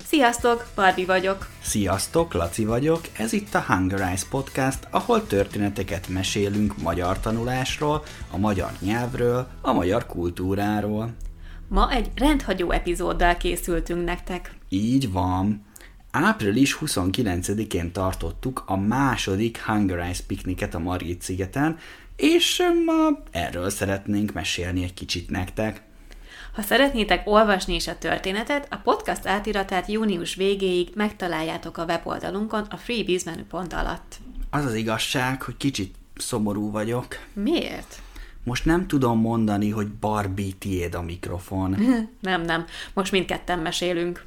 Sziasztok, Barbie vagyok. Sziasztok, Laci vagyok, ez itt a Hungarize Podcast, ahol történeteket mesélünk magyar tanulásról, a magyar nyelvről, a magyar kultúráról. Ma egy rendhagyó epizóddal készültünk nektek. Így van. Április 29-én tartottuk a második Hungarize pikniket a Margit-szigeten, és ma erről szeretnénk mesélni egy kicsit nektek. Ha szeretnétek olvasni is a történetet, a podcast átiratát június végéig megtaláljátok a weboldalunkon a freebies menüpont alatt. Az az igazság, hogy kicsit szomorú vagyok. Miért? Most nem tudom mondani, hogy Barbie, tiéd a mikrofon. Nem, most mindketten mesélünk.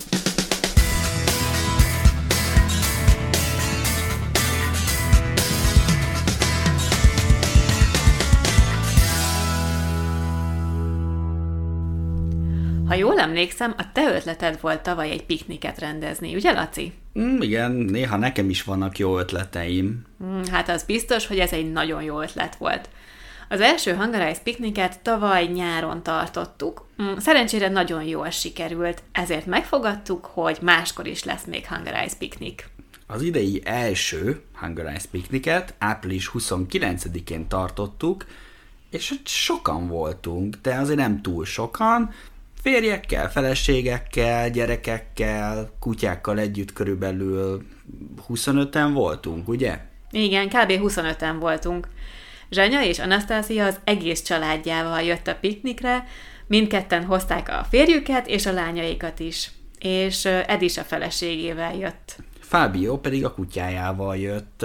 Ha jól emlékszem, a te ötleted volt tavaly egy pikniket rendezni, ugye, Laci? Igen, néha nekem is vannak jó ötleteim. Hát az biztos, hogy ez egy nagyon jó ötlet volt. Az első Hungarize pikniket tavaly nyáron tartottuk. Szerencsére nagyon jól sikerült, ezért megfogadtuk, hogy máskor is lesz még Hungarize piknik. Az idei első Hungarize pikniket április 29-én tartottuk, és sokan voltunk, de azért nem túl sokan. Férjekkel, feleségekkel, gyerekekkel, kutyákkal együtt körülbelül 25-en voltunk, ugye? Igen, kb. 25-en voltunk. Zsanya és Anasztázia az egész családjával jött a piknikre, mindketten hozták a férjüket és a lányaikat is, és Ed is a feleségével jött. Fábio pedig a kutyájával jött.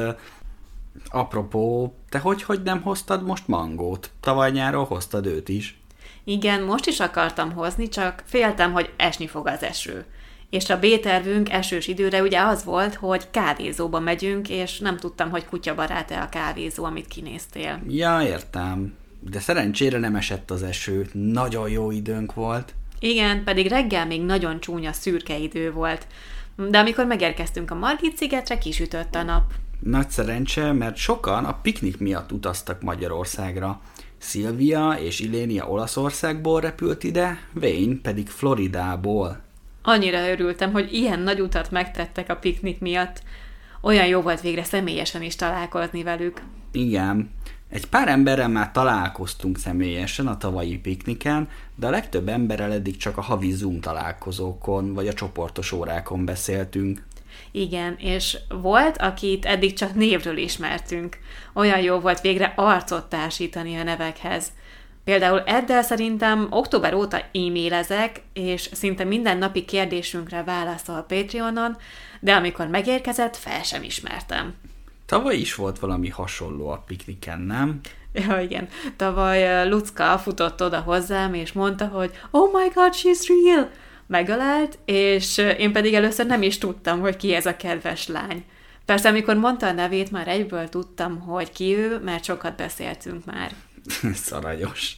Apropó, te hogy nem hoztad most Mangót? Tavaly nyáron hoztad őt is. Igen, most is akartam hozni, csak féltem, hogy esni fog az eső. És a B-tervünk esős időre ugye az volt, hogy kávézóba megyünk, és nem tudtam, hogy kutyabarát-e a kávézó, amit kinéztél. Ja, értem. De szerencsére nem esett az eső. Nagyon jó időnk volt. Igen, pedig reggel még nagyon csúnya szürke idő volt. De amikor megérkeztünk a Margit-szigetre, kisütött a nap. Nagy szerencse, mert sokan a piknik miatt utaztak Magyarországra. Szilvia és Ilénia Olaszországból repült ide, Wayne pedig Floridából. Annyira örültem, hogy ilyen nagy utat megtettek a piknik miatt. Olyan jó volt végre személyesen is találkozni velük. Igen, egy pár emberrel már találkoztunk személyesen a tavalyi pikniken, de a legtöbb emberrel eddig csak a havi Zoom találkozókon vagy a csoportos órákon beszéltünk. Igen, és volt, akit eddig csak névről ismertünk. Olyan jó volt végre arcot társítani a nevekhez. Például Eddel szerintem október óta e-mailezek, és szinte minden napi kérdésünkre válaszol Patreonon, de amikor megérkezett, fel sem ismertem. Tavaly is volt valami hasonló a pikniken, nem? Ja, igen. Tavaly Lucka futott oda hozzám, és mondta, hogy "Oh my God, she's real!" Megölt, és én pedig először nem is tudtam, hogy ki ez a kedves lány. Persze, amikor mondta a nevét, már egyből tudtam, hogy ki ő, mert sokat beszéltünk már. Szarajos.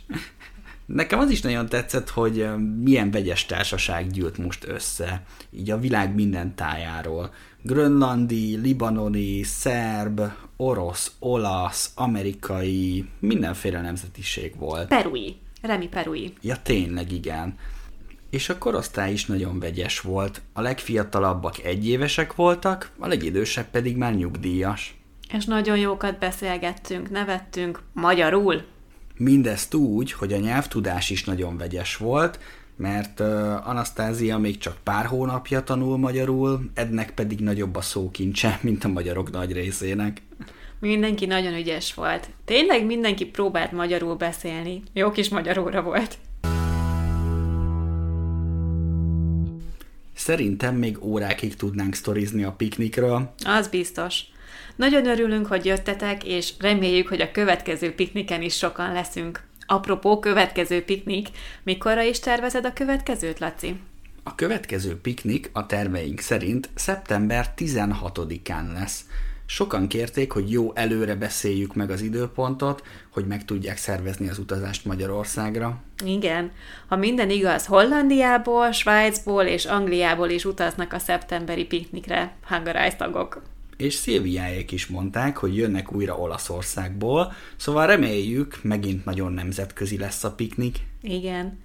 Nekem az is nagyon tetszett, hogy milyen vegyes társaság gyűlt most össze, így a világ minden tájáról. Grönlandi, libanoni, szerb, orosz, olasz, amerikai, mindenféle nemzetiség volt. Perui. Remi Perui. Ja, tényleg igen. És a korosztály is nagyon vegyes volt. A legfiatalabbak egyévesek voltak, a legidősebb pedig már nyugdíjas. És nagyon jókat beszélgettünk, nevettünk magyarul. Mindezt úgy, hogy a nyelvtudás is nagyon vegyes volt, mert Anasztázia még csak pár hónapja tanul magyarul, Ednek pedig nagyobb a szókincse, mint a magyarok nagy részének. Mindenki nagyon ügyes volt. Tényleg mindenki próbált magyarul beszélni. Jó kis magyar óra volt. Szerintem még órákig tudnánk sztorizni a piknikről. Az biztos. Nagyon örülünk, hogy jöttetek, és reméljük, hogy a következő pikniken is sokan leszünk. Apropó, következő piknik, mikorra is tervezed a következőt, Laci? A következő piknik a terveink szerint szeptember 16-án lesz. Sokan kérték, hogy jó előre beszéljük meg az időpontot, hogy meg tudják szervezni az utazást Magyarországra. Igen. Ha minden igaz, Hollandiából, Svájcból és Angliából is utaznak a szeptemberi piknikre Hungarize tagok. És Szilviáék is mondták, hogy jönnek újra Olaszországból, szóval reméljük, megint nagyon nemzetközi lesz a piknik. Igen.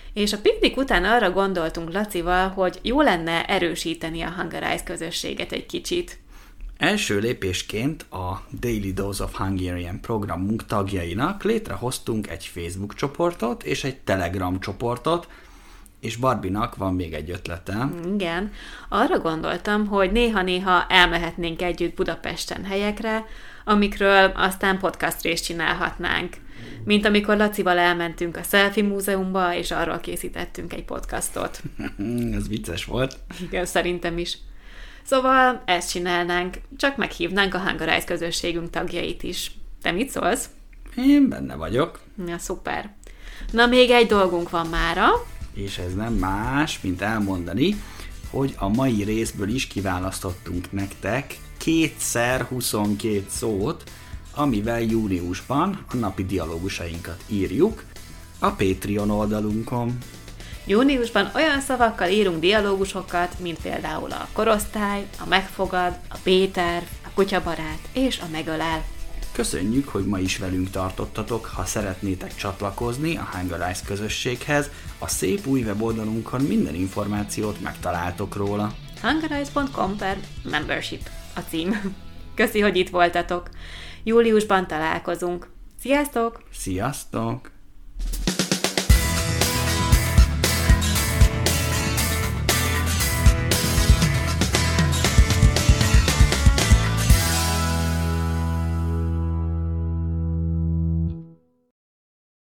És a piknik után arra gondoltunk Lacival, hogy jó lenne erősíteni a Hungarize közösséget egy kicsit. Első lépésként a Daily Dose of Hungarian programunk tagjainak létrehoztunk egy Facebook csoportot és egy Telegram csoportot, és Barbinak van még egy ötlete. Igen, arra gondoltam, hogy néha-néha elmehetnénk együtt Budapesten helyekre, amikről aztán podcast részt csinálhatnánk. Mint amikor Lacival elmentünk a Selfie Múzeumba, és arról készítettünk egy podcastot. Ez vicces volt. Igen, szerintem is. Szóval ezt csinálnánk, csak meghívnánk a Hungarize közösségünk tagjait is. Te mit szólsz? Én benne vagyok. Ja, szuper. Na, még egy dolgunk van mára. És ez nem más, mint elmondani, hogy a mai részből is kiválasztottunk nektek 2x22 szót, amivel júniusban a napi dialógusainkat írjuk a Patreon oldalunkon. Júniusban olyan szavakkal írunk dialógusokat, mint például a korosztály, a megfogad, a B-terv, a kutyabarát és a megölel. Köszönjük, hogy ma is velünk tartottatok, ha szeretnétek csatlakozni a Hungarize közösséghez, a szép új weboldalunkon minden információt megtaláltok róla. hungarize.com/membership a cím. Köszi, hogy itt voltatok. Júliusban találkozunk. Sziasztok! Sziasztok!